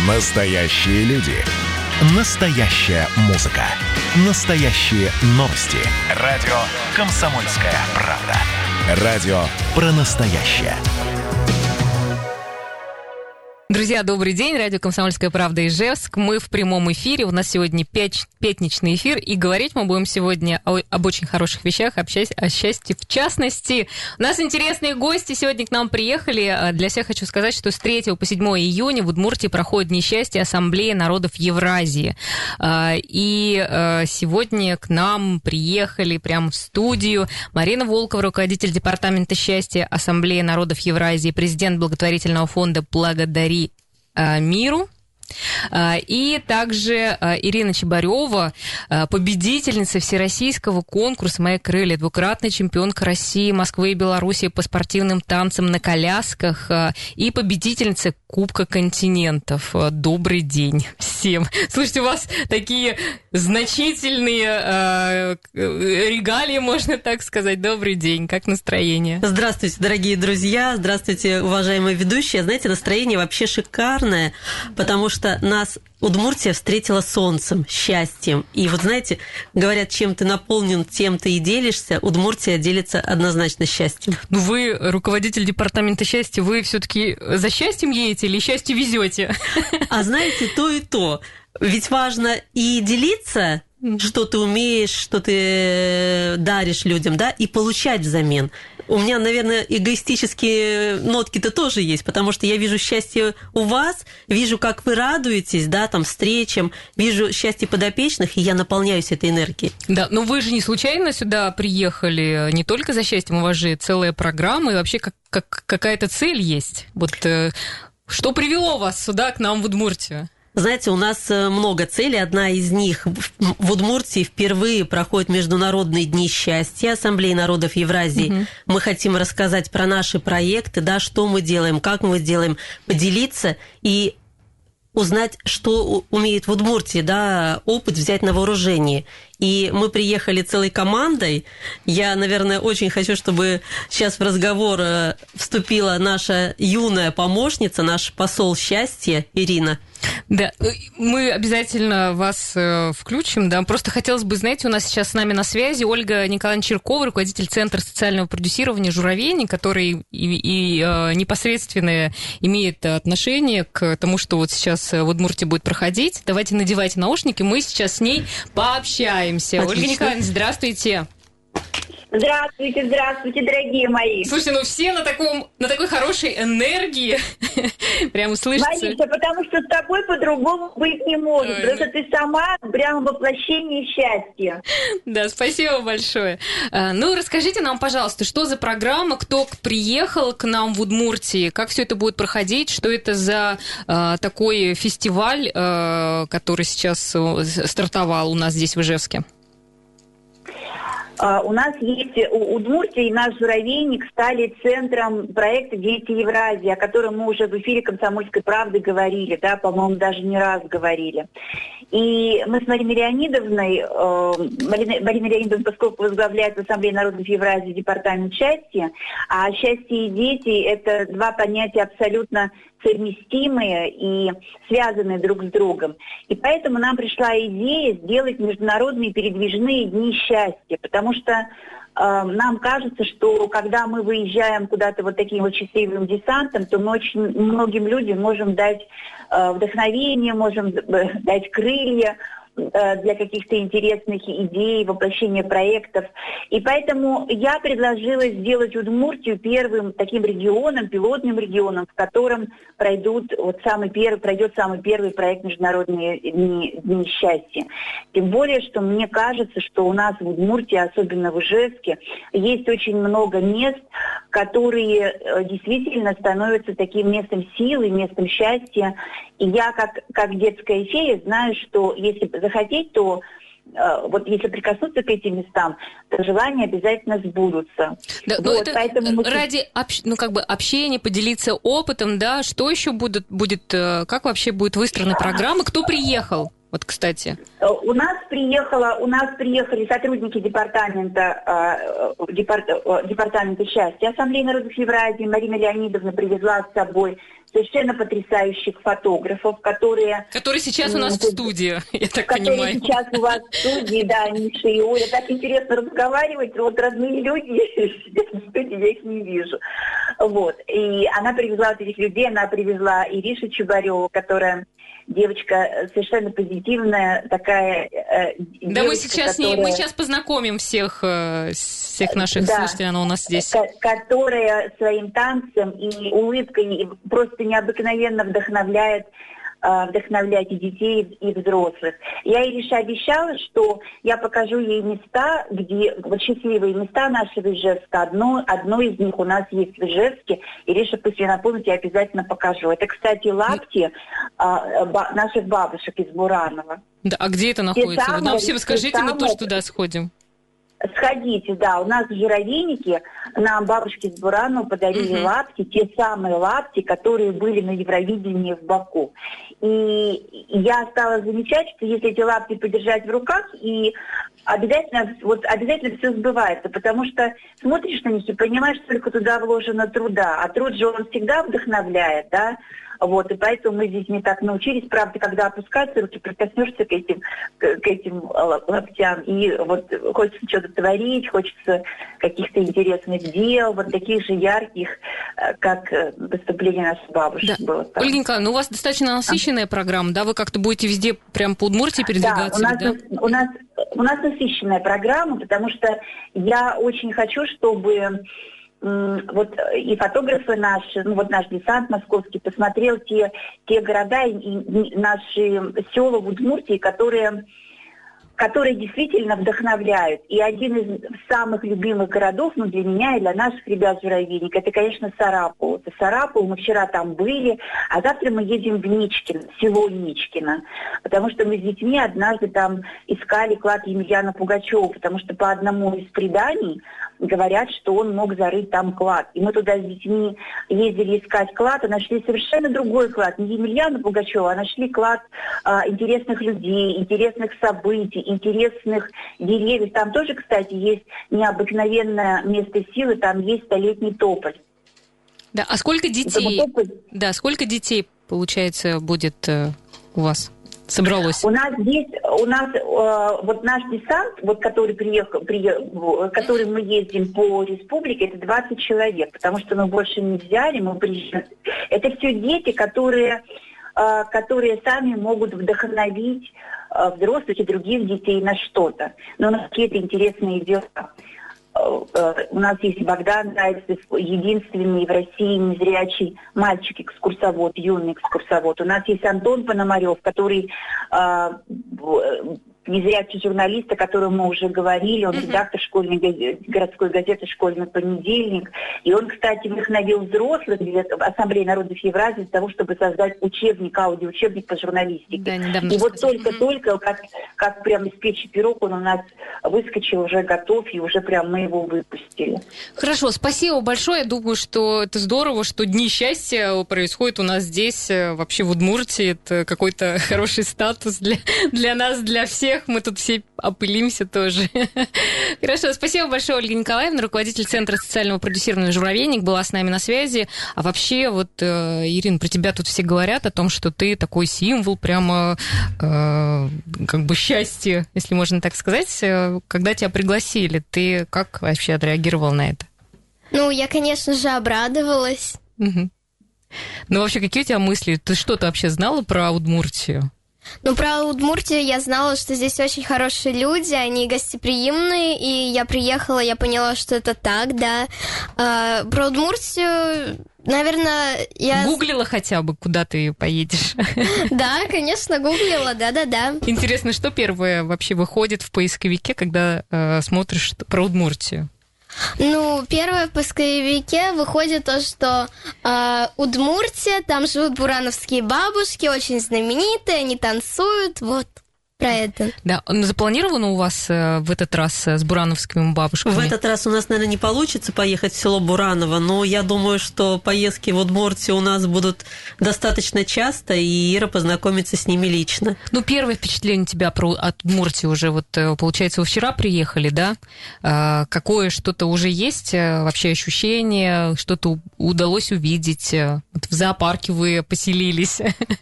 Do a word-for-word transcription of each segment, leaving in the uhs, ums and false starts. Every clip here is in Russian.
Настоящие люди. Настоящая музыка. Настоящие новости. Радио «Комсомольская правда». Радио про настоящее. Друзья, добрый день. Радио «Комсомольская правда» Ижевск. Мы в прямом эфире. У нас сегодня пять, пятничный эфир. И говорить мы будем сегодня о, об очень хороших вещах, об счастье, о счастье в частности. У нас интересные гости сегодня к нам приехали. Для всех хочу сказать, что с третьего по седьмое июня в Удмуртии проходит Дни счастья Ассамблеи народов Евразии. И сегодня к нам приехали прямо в студию Марина Волкова, руководитель департамента счастья Ассамблеи народов Евразии, президент благотворительного фонда «Благодари миру». И также Ирина Чебарева, победительница всероссийского конкурса «Мои крылья», двукратная чемпионка России, Москвы и Беларуси по спортивным танцам на колясках и победительница Кубка континентов. Добрый день всем. Слушайте, у вас такие значительные регалии, можно так сказать. Добрый день. Как настроение? Здравствуйте, дорогие друзья. Здравствуйте, уважаемые ведущие. Знаете, настроение вообще шикарное, потому что что нас Удмуртия встретила солнцем, счастьем. И вот знаете, говорят, чем ты наполнен, тем ты и делишься. Удмуртия делится однозначно счастьем. Ну вы, руководитель департамента счастья, вы все-таки за счастьем едете или счастье везете? А знаете, то и то. Ведь важно и делиться, что ты умеешь, что ты даришь людям, да, и получать взамен. У меня, наверное, эгоистические нотки-то тоже есть, потому что я вижу счастье у вас, вижу, как вы радуетесь, да, там, встречам, вижу счастье подопечных, и я наполняюсь этой энергией. Да, но вы же не случайно сюда приехали не только за счастьем, у вас же целая программа, и вообще как, как, какая-то цель есть. Вот э, что привело вас сюда, к нам в Удмуртию? Знаете, у нас много целей. Одна из них в Удмуртии впервые проходят Международные дни счастья Ассамблеи народов Евразии. Угу. Мы хотим рассказать про наши проекты, да, что мы делаем, как мы делаем, поделиться и узнать, что умеет в Удмуртии, да, опыт взять на вооружение. И мы приехали целой командой. Я, наверное, очень хочу, чтобы сейчас в разговор вступила наша юная помощница, наш посол счастья Ирина. Да, мы обязательно вас э, включим, да, просто хотелось бы, знаете, у нас сейчас с нами на связи Ольга Николаевна Чиркова, руководитель Центра социального продюсирования «Журавейник», который и, и э, непосредственно имеет отношение к тому, что вот сейчас в Удмуртии будет проходить. Давайте надевайте наушники, мы сейчас с ней пообщаемся. Отлично. Ольга Николаевна, здравствуйте. Здравствуйте, здравствуйте, дорогие мои. Слушайте, ну все на, таком, на такой хорошей энергии прямо слышится. Марisa, потому что с тобой по-другому быть не может. Ой, потому что ты сама прямо воплощение счастья. Да, спасибо большое. Ну, расскажите нам, пожалуйста, что за программа, кто приехал к нам в Удмуртии, как все это будет проходить, что это за э, такой фестиваль, э, который сейчас стартовал у нас здесь в Ижевске? Uh, у нас есть, у Удмуртии и наш Журавейник стали центром проекта «Дети Евразии», о котором мы уже в эфире «Комсомольской правды» говорили, да, по-моему, даже не раз говорили. И мы с Мариной Леонидовной, э, Марина, Марина Леонидовна, поскольку возглавляет в Ассамблее народов Евразии департамент счастья, а счастье и дети – это два понятия абсолютно совместимые и связанные друг с другом. И поэтому нам пришла идея сделать международные передвижные дни счастья, потому что э, нам кажется, что когда мы выезжаем куда-то вот таким вот счастливым десантом, то мы очень многим людям можем дать э, вдохновение, можем дать крылья для каких-то интересных идей, воплощения проектов. И поэтому я предложила сделать Удмуртию первым таким регионом, пилотным регионом, в котором пройдут вот самый первый, пройдет самый первый проект «Международные дни, дни счастья». Тем более, что мне кажется, что у нас в Удмуртии, особенно в Ижевске, есть очень много мест, которые действительно становятся таким местом силы, местом счастья. И я, как, как детская фея, знаю, что если захотеть, то э, вот если прикоснуться к этим местам, то желания обязательно сбудутся. Да, вот, это поэтому мы... ради общ... ну, как бы общения, поделиться опытом, да, что еще будет, будет, как вообще будет выстроена программа, кто приехал Вот, кстати. У нас приехала, у нас приехали сотрудники департамента, э, департ, э, департамента счастья Ассамблеи народов Евразии. Марина Леонидовна привезла с собой совершенно потрясающих фотографов, которые... Которые сейчас у нас в студии, я так которые понимаю. Которые сейчас у вас в студии, да, Миша и Оля. Так интересно разговаривать, вот родные люди, в студии я их не вижу. Вот. И она привезла вот этих людей, она привезла Иришу Чубареву, которая... Девочка совершенно позитивная, такая э, девочка, да, мы сейчас, которая... не, мы сейчас познакомим всех, э, всех наших да, слушателей, она у нас здесь. Ко- которая своим танцем и улыбкой просто необыкновенно вдохновляет вдохновлять и детей, и взрослых. Я Ирише обещала, что я покажу ей места, где вот счастливые места нашего Ижевска. Одно, одно из них у нас есть в Ижевске. Ириша, пусть я напомню, я обязательно покажу. Это, кстати, лапти а, ба, наших бабушек из Буранова. Да, а где это находится? Самые, Нам всем скажите, мы тоже туда сходим. Сходите, да, у нас в Журавейнике нам бабушки с Буранова подарили uh-huh. лапти, те самые лапти, которые были на Евровидении в Баку. И я стала замечать, что если эти лапти подержать в руках, и обязательно, вот, обязательно все сбывается, потому что смотришь на них и понимаешь, сколько туда вложено труда, а труд же он всегда вдохновляет, да. Вот, и поэтому мы здесь не так научились. Правда, когда опускаются руки, прикоснешься к этим, к, к этим лаптям, и вот хочется что-то творить, хочется каких-то интересных дел, вот таких же ярких, как выступление нашей бабушки да. было. Ольга Николаевна, ну у вас достаточно насыщенная а? программа, да? Вы как-то будете везде прям по Удмуртии передвигаться? Да, у нас, да? у нас, у нас насыщенная программа, потому что я очень хочу, чтобы... Вот и фотографы наши, ну вот наш десант московский посмотрел те, те города и, и наши села в Удмуртии, которые, которые действительно вдохновляют. И один из самых любимых городов, ну для меня и для наших ребят Журавейник, это, конечно, Сарапул. Это Сарапул, мы вчера там были, а завтра мы едем в Ничкино, в село Ничкино, потому что мы с детьми однажды там искали клад Емельяна Пугачева, потому что по одному из преданий говорят, что он мог зарыть там клад. И мы туда с детьми ездили искать клад, и нашли совершенно другой клад. Не Емельяна Пугачева, а нашли клад а, интересных людей, интересных событий, интересных деревьев. Там тоже, кстати, есть необыкновенное место силы, там есть столетний тополь. Да, а сколько детей, тополь... да, сколько детей, получается, будет э, у вас? Собралось. У нас здесь, у нас э, вот наш десант, вот который приехал, приехал, который мы ездим по республике, это двадцать человек, потому что мы больше не взяли, мы приезжаем. Это все дети, которые, э, которые сами могут вдохновить э, взрослых и других детей на что-то. Но у нас какие-то интересные дела. У нас есть Богдан Зайцев, единственный в России незрячий мальчик-экскурсовод, юный экскурсовод. У нас есть Антон Пономарев, который э, незрячий журналист, о котором мы уже говорили. Он mm-hmm. редактор школьной газеты, городской газеты «Школьный понедельник». И он, кстати, вдохновил взрослых Ассамблеи народов Евразии для того, чтобы создать учебник, аудиоучебник по журналистике. Да, и вот только-только, mm-hmm. как, как прям из печи пирог, он у нас выскочил, уже готов, и уже прям мы его выпустили. Хорошо, спасибо большое. Я думаю, что это здорово, что Дни счастья происходят у нас здесь, вообще в Удмуртии. Это какой-то хороший статус для, для нас, для всех. Мы тут все опылимся тоже. Хорошо, спасибо большое, Ольга Николаевна, руководитель Центра социального продюсирования «Журавейник», была с нами на связи. А вообще, вот, Ирина, про тебя тут все говорят о том, что ты такой символ прямо э, как бы счастья, если можно так сказать. Когда тебя пригласили, ты как вообще отреагировал на это? Ну, я, конечно же, обрадовалась. Угу. Ну, вообще, какие у тебя мысли? Ты что-то вообще знала про Удмуртию? Ну, про Удмуртию я знала, что здесь очень хорошие люди, они гостеприимные, и я приехала, я поняла, что это так, да. А, про Удмуртию, наверное, я... Гуглила хотя бы, куда ты поедешь? Да, конечно, гуглила, да-да-да. Интересно, что первое вообще выходит в поисковике, когда э, смотришь про Удмуртию? Ну, первое в поисковике выходит то, что э, Удмуртия, там живут бурановские бабушки, очень знаменитые, они танцуют, вот. про это. Да, запланировано у вас в этот раз с бурановскими бабушками? В этот раз у нас, наверное, не получится поехать в село Бураново, но я думаю, что поездки в Удмуртию у нас будут достаточно часто, и Ира познакомится с ними лично. Ну, первое впечатление у тебя про от Удмуртии уже, вот, получается, вы вчера приехали, да? Какое что-то уже есть, вообще ощущение, что-то удалось увидеть? Вот в зоопарке вы поселились.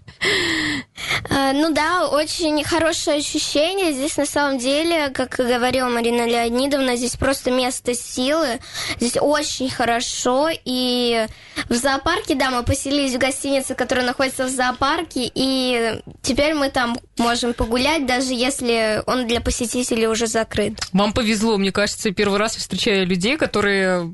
Ну да, очень хорошее ощущение. Здесь на самом деле, как говорила Марина Леонидовна, здесь просто место силы. Здесь очень хорошо. И в зоопарке, да, мы поселились в гостинице, которая находится в зоопарке, и теперь мы там можем погулять, даже если он для посетителей уже закрыт. Вам повезло, мне кажется, первый раз встречаю людей, которые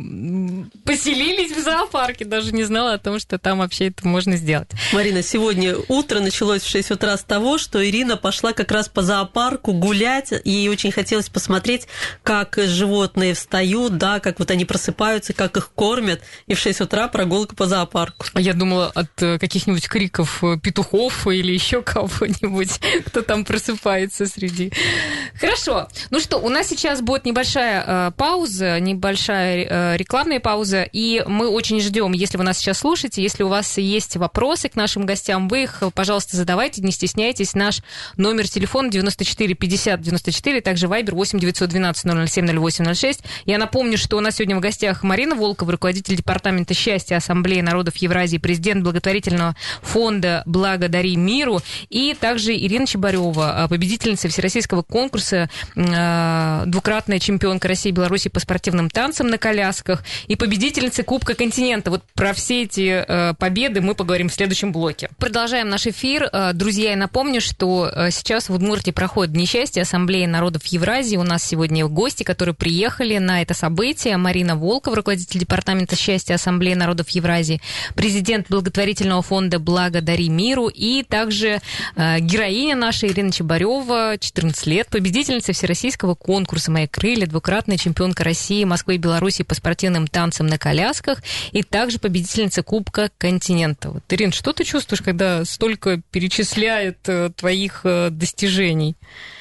поселились в зоопарке, даже не знала о том, что там вообще это можно сделать. Марина, сегодня утро началось в шесть утра с того, что Ирина пошла как раз по зоопарку гулять, и ей очень хотелось посмотреть, как животные встают, да, как вот они просыпаются, как их кормят, и в шесть утра прогулка по зоопарку. Я думала от каких-нибудь криков петухов или еще кого-нибудь, кто там просыпается среди. Хорошо. Ну что, у нас сейчас будет небольшая э, пауза, небольшая э, рекламная пауза, и мы очень ждем, если вы нас сейчас слушаете, если у вас есть вопросы к нашим гостям, вы их, пожалуйста, задавайте, не стесняйтесь. Наш номер телефона девяносто четыре пятьдесят девяносто четыре, также вайбер восемь девятьсот двенадцать ноль ноль семь ноль восемь ноль шесть. Я напомню, что у нас сегодня в гостях Марина Волкова, руководитель департамента счастья Ассамблеи народов Евразии, президент благотворительного фонда «Благодари миру», и также Ирина Чебарева, победительница всероссийского конкурса, двукратная чемпионка России и Беларуси по спортивным танцам на колясках и победительница Кубка континента. Вот про все эти победы мы поговорим в следующем блоке. Продолжаем наш эфир. Друзья, я напомню, что сейчас в Удмуртии проходит Дни счастья Ассамблеи народов Евразии. У нас сегодня гости, которые приехали на это событие. Марина Волкова, руководитель департамента счастья Ассамблеи народов Евразии, президент благотворительного фонда «Благодари миру», и также э, героиня наша Ирина Чебарева, четырнадцать лет, победительница всероссийского конкурса «Мои крылья», двукратная чемпионка России, Москвы и Беларуси по спортивным танцам на колясках, и также победительница Кубка континента. Вот, Ирин, что ты чувствуешь, когда столько перечисляет э, твоих э, достижений?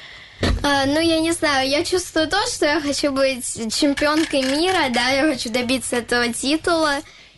А, ну, я не знаю, я чувствую то, что я хочу быть чемпионкой мира, да, я хочу добиться этого титула.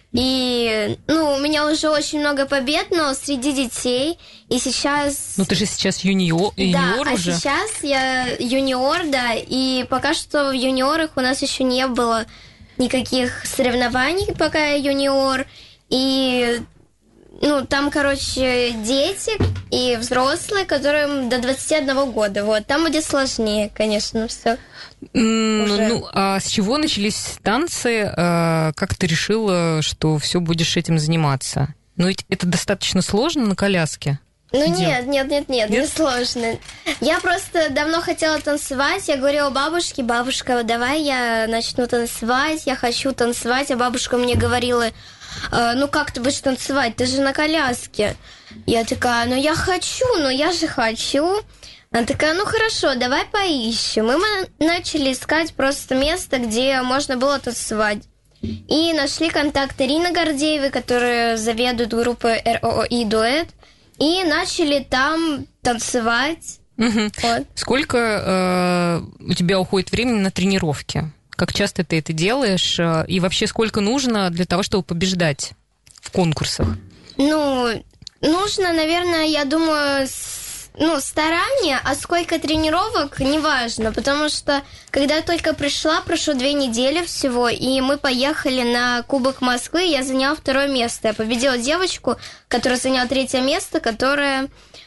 И, ну, у меня уже очень много побед, но среди детей, и сейчас... Ну, ты же сейчас юниор, юниор да, уже. Да, а сейчас я юниор, да, и пока что в юниорах у нас еще не было никаких соревнований, пока я юниор, и... Ну, там, короче, дети и взрослые, которым до двадцати одного года. Вот, там будет сложнее, конечно, все. Mm, ну, а с чего начались танцы? Как ты решила, что все будешь этим заниматься? Ну, ведь это достаточно сложно на коляске. Ну, нет, нет, нет, нет, не сложно. Я просто давно хотела танцевать. Я говорила бабушке: бабушка, давай я начну танцевать, я хочу танцевать. А бабушка мне говорила: ну как ты будешь танцевать, ты же на коляске. Я такая: ну я хочу, ну я же хочу. Она такая: ну хорошо, давай поищем. И мы начали искать просто место, где можно было танцевать. И нашли контакт Ирины Гордеевой, которая заведует группой эр о о и «Дуэт». И начали там танцевать. Угу. Вот. Сколько э, у тебя уходит времени на тренировки? Как часто ты это делаешь? И вообще, сколько нужно для того, чтобы побеждать в конкурсах? Ну, нужно, наверное, я думаю, с, ну, старания, а сколько тренировок, неважно. Потому что, когда я только пришла, прошло две недели всего, и мы поехали на Кубок Москвы, я заняла второе место. Я победила девочку, которая заняла третье место, которая...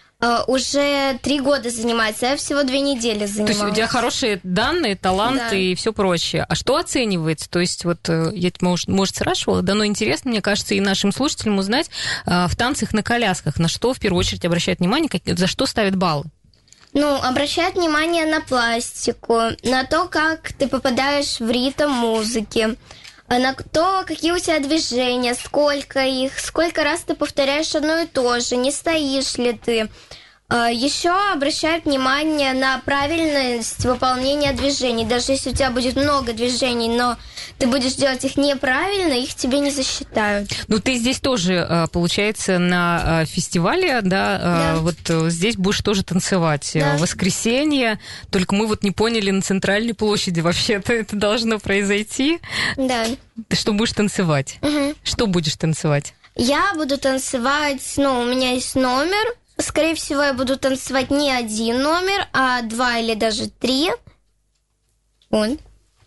уже три года занимается, а я всего две недели занималась. То есть у тебя хорошие данные, талант, да, и все прочее. А что оценивается? То есть вот я, может, может спрашивала, да, но интересно, мне кажется, и нашим слушателям узнать в танцах на колясках, на что в первую очередь обращают внимание, за что ставят баллы? Ну, обращают внимание на пластику, на то, как ты попадаешь в ритм музыки, на то, какие у тебя движения, сколько их, сколько раз ты повторяешь одно и то же, не стоишь ли ты. Еще обращают внимание на правильность выполнения движений. Даже если у тебя будет много движений, но ты будешь делать их неправильно, их тебе не засчитают. Ну, ты здесь тоже, получается, на фестивале, да, да. вот здесь будешь тоже танцевать. Да. В воскресенье, только мы вот не поняли, на центральной площади вообще-то это должно произойти. Да. Ты что будешь танцевать? Угу. Что будешь танцевать? Я буду танцевать, ну, у меня есть номер. Скорее всего, я буду танцевать не один номер, а два или даже три. Вот.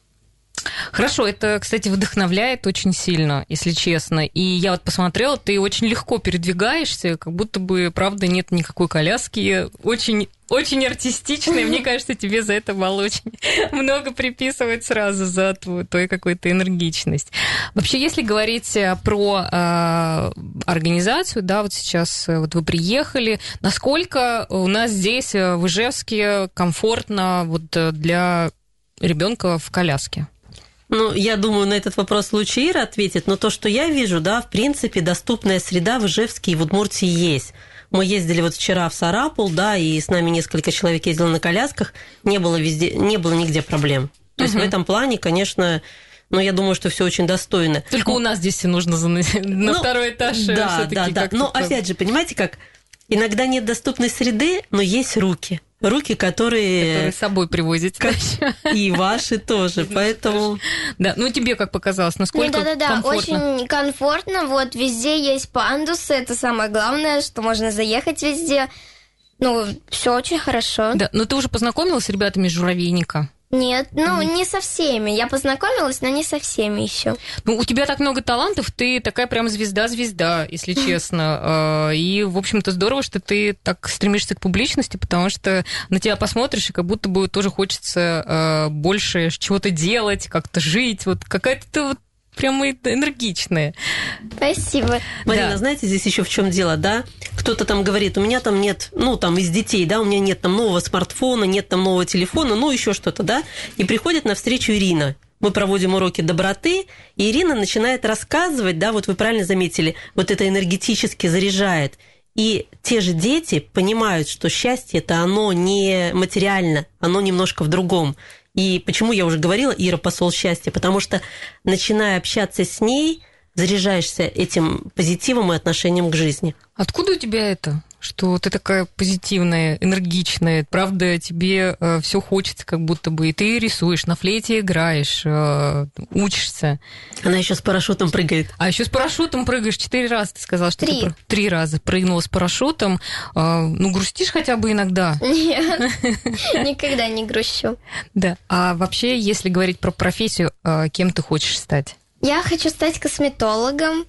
Хорошо, это, кстати, вдохновляет очень сильно, если честно. И я вот посмотрела, ты очень легко передвигаешься, как будто бы, правда, нет никакой коляски. Очень, очень артистичная. Мне кажется, тебе за это балл очень много приписывать сразу, за твою, твою какую-то энергичность. Вообще, если говорить про э, организацию, да, вот сейчас вот вы приехали, насколько у нас здесь в Ижевске комфортно вот для ребенка в коляске? Ну, я думаю, на этот вопрос лучше Ира ответит, но то, что я вижу, да, в принципе, доступная среда в Ижевске и в Удмуртии есть. Мы ездили вот вчера в Сарапул, да, и с нами несколько человек ездило на колясках, не было везде, не было нигде проблем. То есть угу. в этом плане, конечно, ну, я думаю, что все очень достойно. Только у нас здесь нужно на ну, второй этаж. Да, да, да. Но опять же, понимаете, как иногда нет доступной среды, но есть руки. Руки, которые... Которые с собой привозите. Как... И ваши тоже, поэтому... Да, ну тебе как показалось, насколько ну, да, да, да, комфортно? Очень комфортно, вот, везде есть пандусы, это самое главное, что можно заехать везде. Ну, все очень хорошо. Да, но ты уже познакомилась с ребятами из Журавейника? Нет, ну, не со всеми. Я познакомилась, но не со всеми еще. Ну, у тебя так много талантов, ты такая прям звезда-звезда, если честно. И, в общем-то, здорово, что ты так стремишься к публичности, потому что на тебя посмотришь, и как будто бы тоже хочется больше чего-то делать, как-то жить. Вот какая-то ты вот прямо энергичная. Спасибо. Марина, да. знаете, здесь еще в чем дело, да? Кто-то там говорит, у меня там нет, ну, там, из детей, да, у меня нет там нового смартфона, нет там нового телефона, ну, еще что-то, да? И приходит навстречу Ирина. Мы проводим уроки доброты, и Ирина начинает рассказывать, да, вот вы правильно заметили, вот это энергетически заряжает. И те же дети понимают, что счастье – это оно не материально, оно немножко в другом. И почему я уже говорила, Ира – посол счастья, потому что, начиная общаться с ней, заряжаешься этим позитивом и отношением к жизни. Откуда у тебя это? Что ты такая позитивная, энергичная, правда, тебе э, все хочется как будто бы, и ты рисуешь, на флейте играешь, э, учишься. Она еще с парашютом прыгает. А еще с парашютом прыгаешь четыре раза, ты сказала, что Три. ты три раза прыгнула с парашютом. Э, ну, грустишь хотя бы иногда? Нет, никогда не грущу. Да. А вообще, если говорить про профессию, э, кем ты хочешь стать? Я хочу стать косметологом.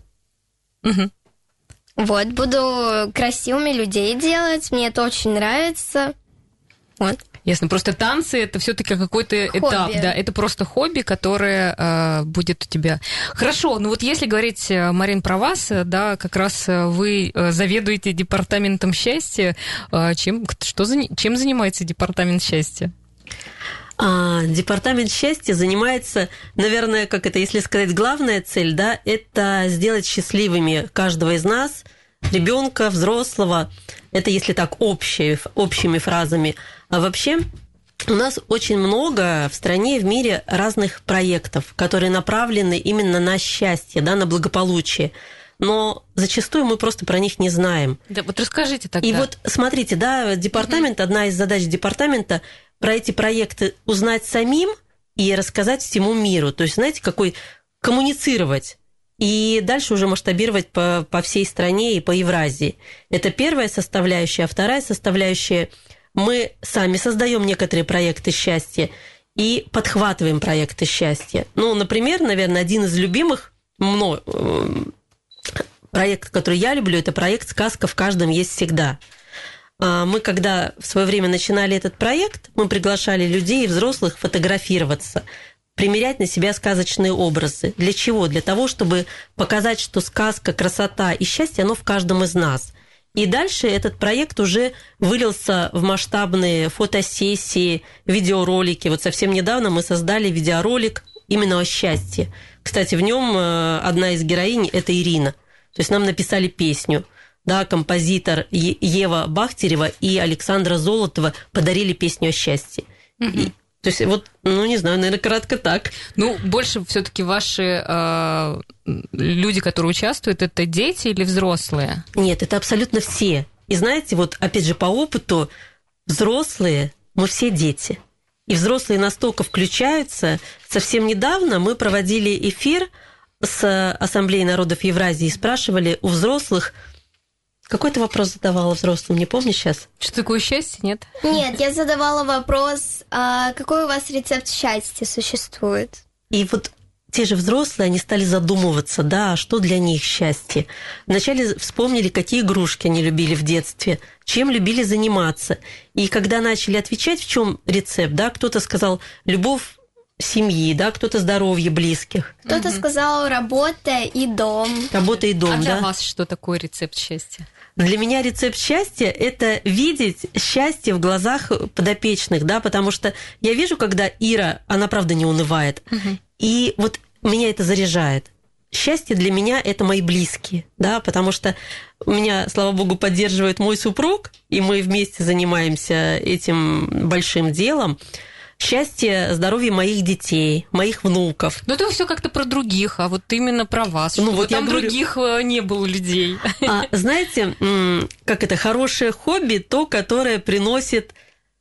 Угу. Вот, буду красивыми людей делать, мне это очень нравится. Вот. Ясно. Просто танцы это все-таки какой-то хобби. Этап, да, это просто хобби, которое э, будет у тебя. Хорошо, ну вот если говорить, Марин, про вас, да, как раз вы заведуете департаментом счастья. Чем, что, чем занимается департамент счастья? А, департамент счастья занимается, наверное, как это, если сказать, главная цель, да, это сделать счастливыми каждого из нас, ребенка, взрослого. Это если так общие, общими фразами. А вообще у нас очень много в стране и в мире разных проектов, которые направлены именно на счастье, да, на благополучие. Но зачастую мы просто про них не знаем. Да, вот расскажите тогда. И вот смотрите, да, департамент, одна из задач департамента – про эти проекты узнать самим и рассказать всему миру. То есть, знаете, какой коммуницировать. И дальше уже масштабировать по, по всей стране и по Евразии. Это первая составляющая. А вторая составляющая – мы сами создаем некоторые проекты счастья и подхватываем проекты счастья. Ну, например, наверное, один из любимых мной проектов, который я люблю, это проект «Сказка в каждом есть всегда». Мы, когда в свое время начинали этот проект, мы приглашали людей и взрослых фотографироваться, примерять на себя сказочные образы. Для чего? Для того, чтобы показать, что сказка, красота и счастье, оно в каждом из нас. И дальше этот проект уже вылился в масштабные фотосессии, видеоролики. Вот совсем недавно мы создали видеоролик именно о счастье. Кстати, в нем одна из героинь – это Ирина. То есть нам написали песню. да, композитор Ева Бахтерева и Александра Золотова подарили песню о счастье. Mm-hmm. И, то есть вот, ну, не знаю, наверное, кратко так. Ну, больше все-таки ваши э, люди, которые участвуют, это дети или взрослые? Нет, это абсолютно все. И знаете, вот опять же по опыту, взрослые, мы все дети. И взрослые настолько включаются. Совсем недавно мы проводили эфир с Ассамблеей народов Евразии и спрашивали у взрослых, какой ты вопрос задавала взрослым, не помню сейчас? Что такое счастье, нет? Нет, я задавала вопрос, а какой у вас рецепт счастья существует? И вот те же взрослые, они стали задумываться, да, что для них счастье. Вначале вспомнили, какие игрушки они любили в детстве, чем любили заниматься. И когда начали отвечать, в чем рецепт, да, кто-то сказал любовь семьи, да, кто-то здоровье близких. Кто-то mm-hmm. сказал работа и дом. Работа и дом, а для да. вас что такое рецепт счастья? Для меня рецепт счастья – это видеть счастье в глазах подопечных, да, потому что я вижу, когда Ира, она правда не унывает, mm-hmm. и вот меня это заряжает. Счастье для меня – это мои близкие, да, потому что меня, слава богу, поддерживает мой супруг, и мы вместе занимаемся этим большим делом. Счастье, здоровье моих детей, моих внуков. Ну, это все как-то про других, а вот именно про вас. Ну, вот там говорю... других не было людей. А, знаете, как это, хорошее хобби, то, которое приносит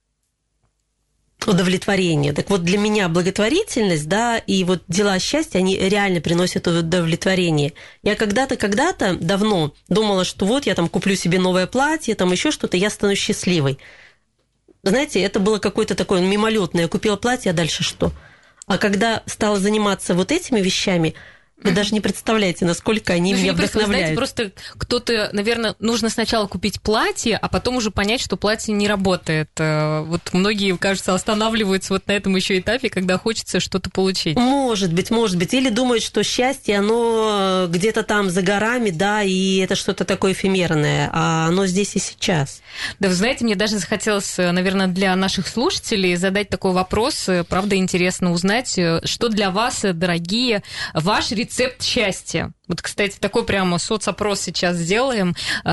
удовлетворение. Так вот, для меня благотворительность, да, и вот дела счастья, они реально приносят удовлетворение. Я когда-то, когда-то давно думала, что вот я там куплю себе новое платье, там еще что-то, я стану счастливой. Знаете, это было какое-то такое мимолетное. Я купила платье, а дальше что? А когда стала заниматься вот этими вещами, вы даже не представляете, насколько они ну, меня вдохновляют. Знаете, просто кто-то, наверное, нужно сначала купить платье, а потом уже понять, что платье не работает. Вот многие, кажется, останавливаются вот на этом еще этапе, когда хочется что-то получить. Может быть, может быть. Или думают, что счастье, оно где-то там за горами, да, и это что-то такое эфемерное, а оно здесь и сейчас. Да, вы знаете, мне даже захотелось, наверное, для наших слушателей задать такой вопрос. Правда, интересно узнать, что для вас, дорогие, ваш рецепт Рецепт счастья. Вот, кстати, такой прямо соцопрос сейчас сделаем,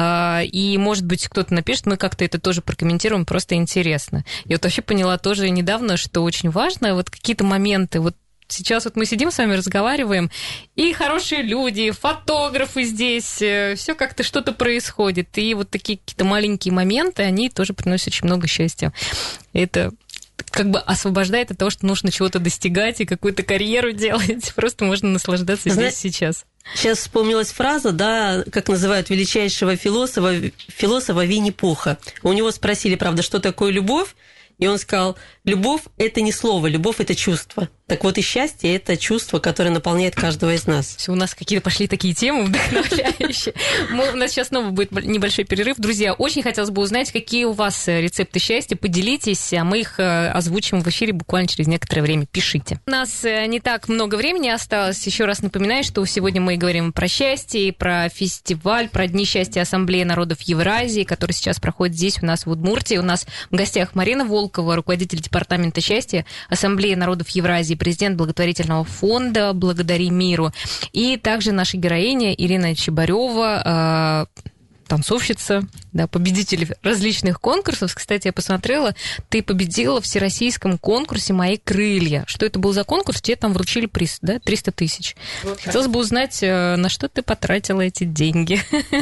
и, может быть, кто-то напишет, мы как-то это тоже прокомментируем, просто интересно. Я вот вообще поняла тоже недавно, что очень важно, вот какие-то моменты, вот сейчас вот мы сидим с вами, разговариваем, и хорошие люди, фотографы здесь, все как-то что-то происходит, и вот такие какие-то маленькие моменты, они тоже приносят очень много счастья. Это как бы освобождает от того, что нужно чего-то достигать и какую-то карьеру делать. Просто можно наслаждаться здесь сейчас. Сейчас вспомнилась фраза, да, как называют величайшего философа, философа Винни-Пуха. У него спросили, правда, что такое любовь, и он сказал, любовь – это не слово, любовь – это чувство. Так вот и счастье – это чувство, которое наполняет каждого из нас. Все, у нас какие-то пошли такие темы вдохновляющие. У нас сейчас снова будет небольшой перерыв. Друзья, очень хотелось бы узнать, какие у вас рецепты счастья. Поделитесь, а мы их озвучим в эфире буквально через некоторое время. Пишите. У нас не так много времени осталось. Еще раз напоминаю, что сегодня мы говорим про счастье, про фестиваль, про Дни счастья Ассамблеи народов Евразии, который сейчас проходит здесь у нас в Удмуртии. У нас в гостях Марина Волкова, руководитель департамента счастья Ассамблеи народов Евразии, президент благотворительного фонда «Благодари миру», и также наша героиня Ирина Чебарева, танцовщица, да, победитель различных конкурсов. Кстати, я посмотрела, ты победила в всероссийском конкурсе «Мои крылья». Что это был за конкурс? Тебе там вручили приз, да, триста тысяч. Вот. Хотелось бы узнать, на что ты потратила эти деньги.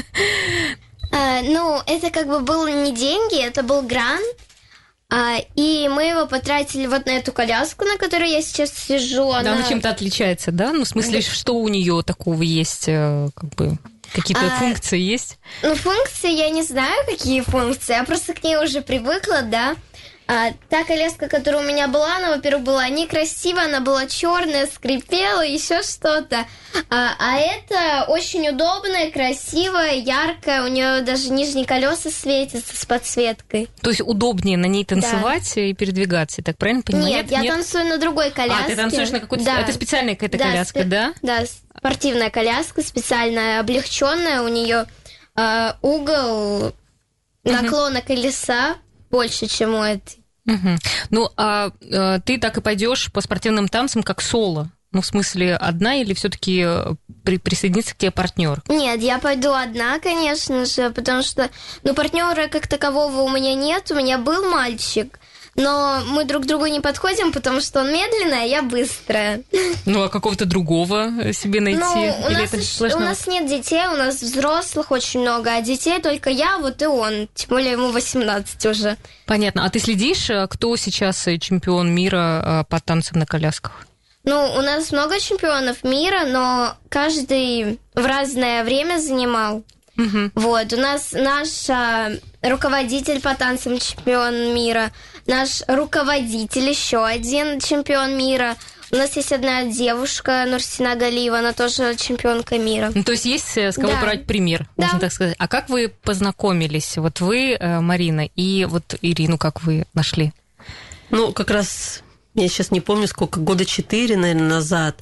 А, ну, это как бы было не деньги, это был грант. А, и мы его потратили вот на эту коляску, на которой я сейчас сижу. Да, она, она чем-то отличается, да? Ну, в смысле, да. Что у нее такого есть, как бы, какие-то а, функции есть? Ну, функции я не знаю, какие функции, я просто к ней уже привыкла, да. А, та коляска, которая у меня была, она, во-первых, была некрасивая, она была черная, скрипела, еще что-то. А, а это очень удобная, красивая, яркая, у нее даже нижние колеса светятся с подсветкой. То есть удобнее на ней танцевать, да, и передвигаться, так правильно понимаю? Нет, я Нет? танцую на другой коляске. А, ты танцуешь на какой-то... Да. Это специальная какая-то да, коляска, спе... да? Да, спортивная коляска, специальная, облегченная, у нее э, угол наклона uh-huh. колеса больше, чем у этой. Угу. Ну, а, а ты так и пойдешь по спортивным танцам как соло. Ну, в смысле, одна или все-таки при, присоединится к тебе партнер? Нет, я пойду одна, конечно же, потому что, ну, партнера как такового у меня нет, у меня был мальчик, но мы друг к другу не подходим, потому что он медленный, а я быстрая. Ну, а какого-то другого себе найти? Ну, у, или нас, это еще, у нас нет детей, у нас взрослых очень много, а детей только я, вот и он, тем более ему восемнадцать уже. Понятно. А ты следишь, кто сейчас чемпион мира по танцам на колясках? Ну, у нас много чемпионов мира, но каждый в разное время занимал. Угу. Вот, у нас наш а, руководитель по танцам чемпион мира, наш руководитель еще один чемпион мира. У нас есть одна девушка, Нурсина Галиева, она тоже чемпионка мира. Ну, то есть есть с кого да. брать пример, да. можно так сказать. А как вы познакомились? Вот вы, Марина, и вот Ирину как вы нашли? Ну, как раз... Я сейчас не помню, сколько, года четыре, наверное, назад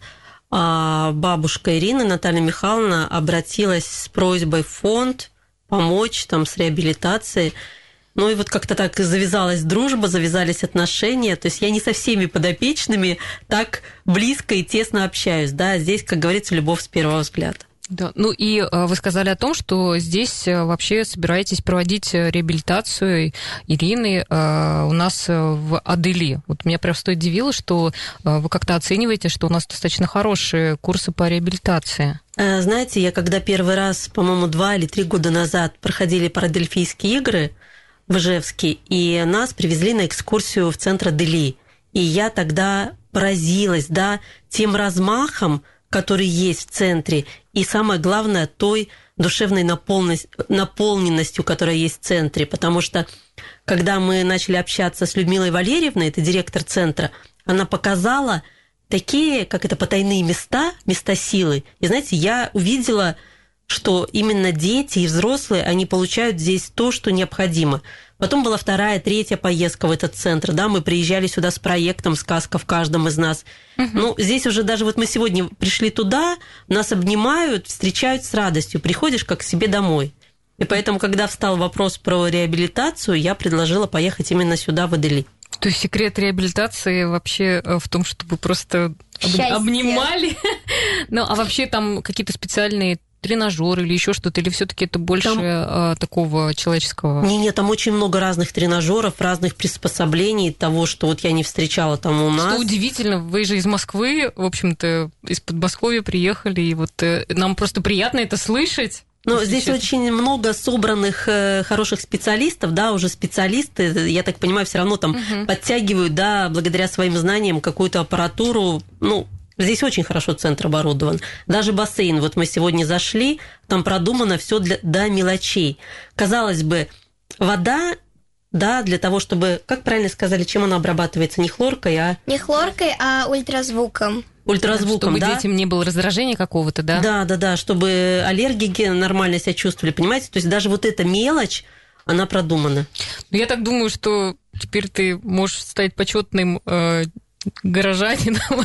бабушка Ирины, Наталья Михайловна, обратилась с просьбой в фонд помочь там с реабилитацией. Ну и вот как-то так завязалась дружба, завязались отношения. То есть я не со всеми подопечными так близко и тесно общаюсь. Да? Здесь, как говорится, любовь с первого взгляда. Да. Ну и вы сказали о том, что здесь вообще собираетесь проводить реабилитацию Ирины у нас в Адели. Вот меня просто удивило, что вы как-то оцениваете, что у нас достаточно хорошие курсы по реабилитации. Знаете, я когда первый раз, по-моему, два или три года назад проходили Парадельфийские игры в Ижевске, и нас привезли на экскурсию в центр Адели. И я тогда поразилась, да, тем размахом, который есть в центре, и самое главное, той душевной наполненностью, которая есть в центре. Потому что, когда мы начали общаться с Людмилой Валерьевной, это директор центра, она показала такие, как это, потайные места, места силы. И, знаете, я увидела, что именно дети и взрослые, они получают здесь то, что необходимо. Потом была вторая, третья поездка в этот центр, да, мы приезжали сюда с проектом «Сказка в каждом из нас». Uh-huh. Ну, здесь уже даже вот мы сегодня пришли туда, нас обнимают, встречают с радостью, приходишь как к себе домой. И поэтому, когда встал вопрос про реабилитацию, я предложила поехать именно сюда, в Адели. То есть секрет реабилитации вообще в том, чтобы просто Счастье. обнимали? Ну, а вообще там какие-то специальные тренажеры или еще что-то, или все-таки это больше там... а, такого человеческого? Не, нет, там очень много разных тренажеров, разных приспособлений, того, что вот я не встречала там у нас. Что удивительно, вы же из Москвы, в общем-то, из Подмосковья приехали, и вот э, нам просто приятно это слышать. Но здесь честно. Очень много собранных э, хороших специалистов, да, уже специалисты, я так понимаю, все равно там угу. подтягивают, да, благодаря своим знаниям какую-то аппаратуру, ну, здесь очень хорошо центр оборудован. Даже бассейн, вот мы сегодня зашли, там продумано все до мелочей. Казалось бы, вода, да, для того, чтобы, как правильно сказали, чем она обрабатывается? Не хлоркой, а... Не хлоркой, а ультразвуком. Ультразвуком, чтобы да? Чтобы детям не было раздражения какого-то, да? Да, да, да, чтобы аллергики нормально себя чувствовали, понимаете? То есть даже вот эта мелочь, она продумана. Ну, я так думаю, что теперь ты можешь стать почетным э, горожанином.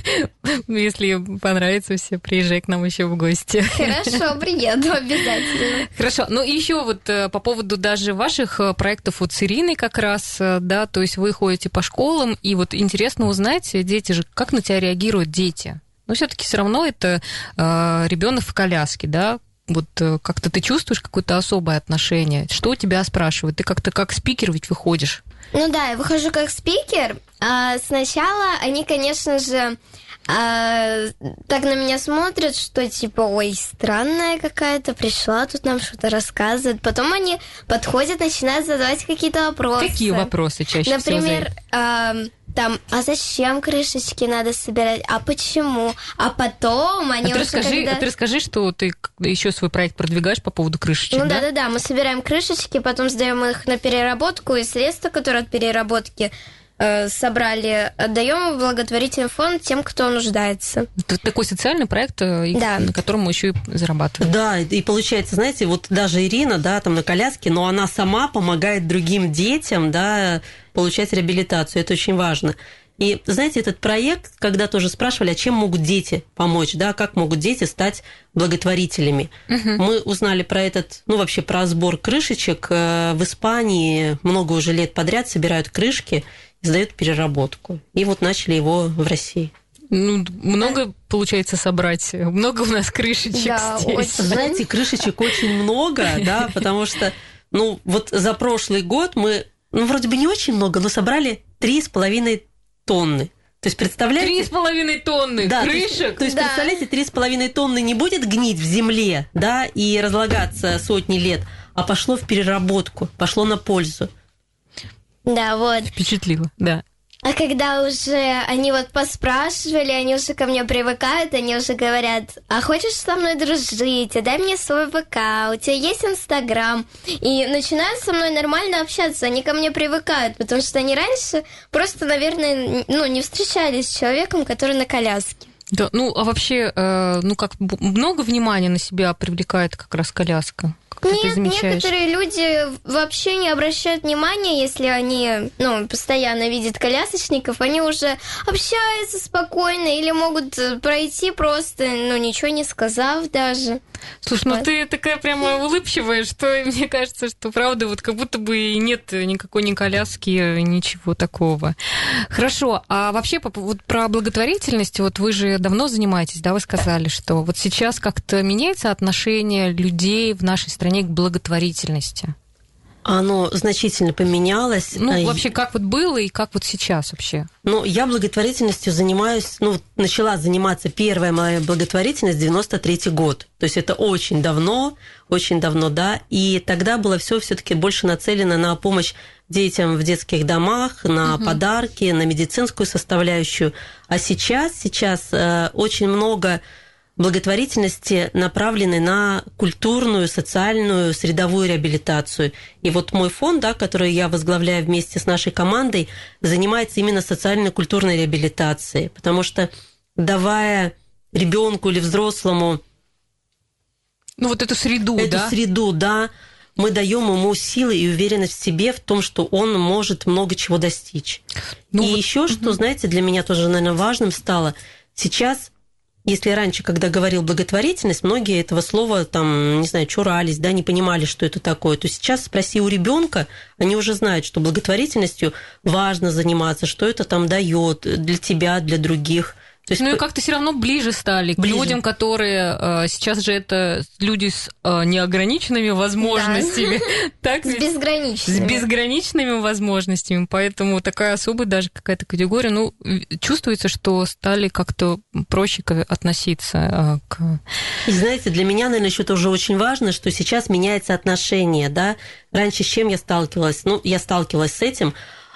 Если понравится все, приезжай к нам еще в гости. Хорошо, приеду обязательно. Хорошо. Ну и еще вот по поводу даже ваших проектов вот с Ириной как раз, да, то есть вы ходите по школам, и вот интересно узнать, дети же, как на тебя реагируют дети? Но все-таки все равно это э, ребенок в коляске, да? Вот как-то ты чувствуешь какое-то особое отношение? Что у тебя спрашивают? Ты как-то как спикер ведь выходишь? Ну да, я выхожу как спикер. А сначала они, конечно же, а, так на меня смотрят, что типа, ой, странная какая-то, пришла, тут нам что-то рассказывает. Потом они подходят, начинают задавать какие-то вопросы. Какие вопросы чаще Например, всего? Например, там, а зачем крышечки надо собирать, а почему? А потом они а ты уже расскажи, когда... ты расскажи, что ты еще свой проект продвигаешь по поводу крышечек, Ну да? да-да-да, мы собираем крышечки, потом сдаем их на переработку, и средства, которые от переработки э, собрали, отдаем в благотворительный фонд тем, кто нуждается. Это такой социальный проект, да. на котором мы еще и зарабатываем. Да, и получается, знаете, вот даже Ирина, да, там на коляске, но она сама помогает другим детям, да, получать реабилитацию. Это очень важно. И, знаете, этот проект, когда тоже спрашивали, а чем могут дети помочь, да, как могут дети стать благотворителями. Угу. Мы узнали про этот, ну, вообще про сбор крышечек. В Испании много уже лет подряд собирают крышки и сдают переработку. И вот начали его в России. Ну, много получается собрать, много у нас крышечек Да, здесь. очень. Знаете, крышечек очень много, да, потому что, ну, вот за прошлый год мы, ну, вроде бы не очень много, но собрали три с половиной тонны. То есть, представляете... Три с половиной тонны Да, крышек? То есть, то есть Да. представляете, три с половиной тонны не будет гнить в земле, да, и разлагаться сотни лет, а пошло в переработку, пошло на пользу. Да, вот. Впечатлило, да. А когда уже они вот поспрашивали, они уже ко мне привыкают, они уже говорят, а хочешь со мной дружить, а дай мне свой ВК, у тебя есть Инстаграм. И начинают со мной нормально общаться, они ко мне привыкают, потому что они раньше просто, наверное, ну, не встречались с человеком, который на коляске. Да, ну, а вообще, э, ну, как б- много внимания на себя привлекает как раз коляска? Как ты Нет, замечаешь? некоторые люди вообще не обращают внимания, если они, ну, постоянно видят колясочников, они уже общаются спокойно или могут пройти просто, ну, ничего не сказав даже. Слушай, ну ты такая прямо улыбчивая, что мне кажется, что правда, вот как будто бы и нет никакой ни коляски, ничего такого. Хорошо, а вообще по- вот про благотворительность, вот вы же давно занимаетесь, да, вы сказали, что вот сейчас как-то меняется отношение людей в нашей стране к благотворительности? Оно значительно поменялось. Ну, А, вообще, как вот было и как вот сейчас вообще? Ну, я благотворительностью занимаюсь, ну, начала заниматься, первая моя благотворительность, девяносто третий год. То есть это очень давно, очень давно, да. И тогда было все все-таки больше нацелено на помощь детям в детских домах, на угу. подарки, на медицинскую составляющую. А сейчас, сейчас э, очень много благотворительности направлены на культурную, социальную, средовую реабилитацию. И вот мой фонд, да, который я возглавляю вместе с нашей командой, занимается именно социально-культурной реабилитацией, потому что давая ребенку или взрослому Ну, вот эту среду, эту да? среду, да, мы даем ему силы и уверенность в себе в том, что он может много чего достичь. Ну, и вот... еще, что, знаете, для меня тоже, наверное, важным стало, сейчас, если раньше, когда говорил благотворительность, многие этого слова, там, не знаю, чурались, да, не понимали, что это такое, то сейчас спроси у ребенка, они уже знают, что благотворительностью важно заниматься, что это там дает для тебя, для других. То есть, ну и как-то все равно ближе стали ближе. К людям, которые э, сейчас же это люди с э, неограниченными возможностями. Да. Так, с безграничными. С безграничными возможностями, поэтому такая особая даже какая-то категория. Ну, чувствуется, что стали как-то проще относиться к... И знаете, для меня, наверное, еще тоже очень важно, что сейчас меняется отношение, да. Раньше с чем я сталкивалась? Ну, я сталкивалась с этим,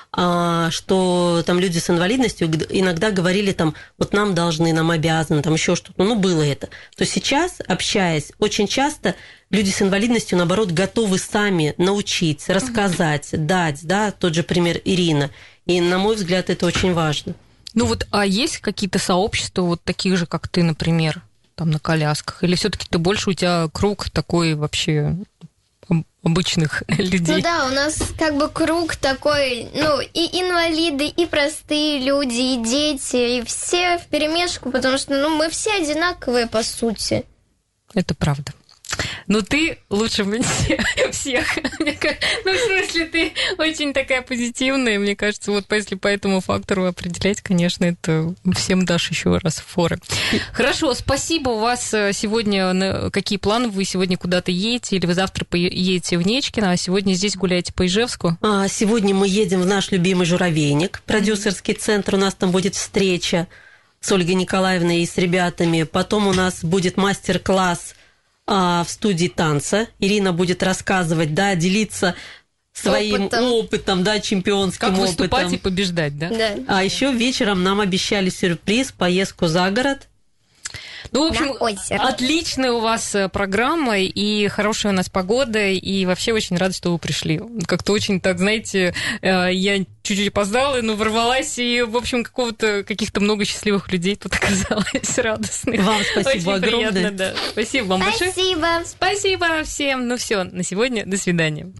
что там люди с инвалидностью иногда говорили там, вот нам должны, нам обязаны, там еще что-то, ну, было это. То сейчас, общаясь, очень часто люди с инвалидностью, наоборот, готовы сами научить, рассказать, дать, да, тот же пример Ирина. И, на мой взгляд, это очень важно. Ну вот, а есть какие-то сообщества вот таких же, как ты, например, там на колясках? Или все-таки ты больше, у тебя круг такой вообще... обычных людей. Ну да, у нас как бы круг такой, ну, и инвалиды, и простые люди, и дети, и все вперемешку, потому что, ну, мы все одинаковые, по сути. Это правда. Но ты лучше всех. Ну, в смысле, ты очень такая позитивная. Мне кажется, вот если по этому фактору определять, конечно, это всем дашь еще раз форы. Хорошо, спасибо. У вас сегодня какие планы? Вы сегодня куда-то едете или вы завтра едете в Нечкино, а сегодня здесь гуляете по Ижевску? А, сегодня мы едем в наш любимый «Журавейник», продюсерский центр. У нас там будет встреча с Ольгой Николаевной и с ребятами. Потом у нас будет мастер-класс в студии танца. Ирина будет рассказывать, да, делиться своим опытом, опытом да, чемпионским как опытом. Как выступать и побеждать, да? Да. А еще вечером нам обещали сюрприз, поездку за город. Ну, в общем, отличная у вас программа, и хорошая у нас погода, и вообще очень рада, что вы пришли. Как-то очень так, знаете, я чуть-чуть опоздала, но ворвалась, и, в общем, какого-то, каких-то много счастливых людей тут оказалось радостных. Вам спасибо очень огромное. Приятно, да. Спасибо вам большое. Спасибо. Спасибо всем. Ну все, на сегодня до свидания.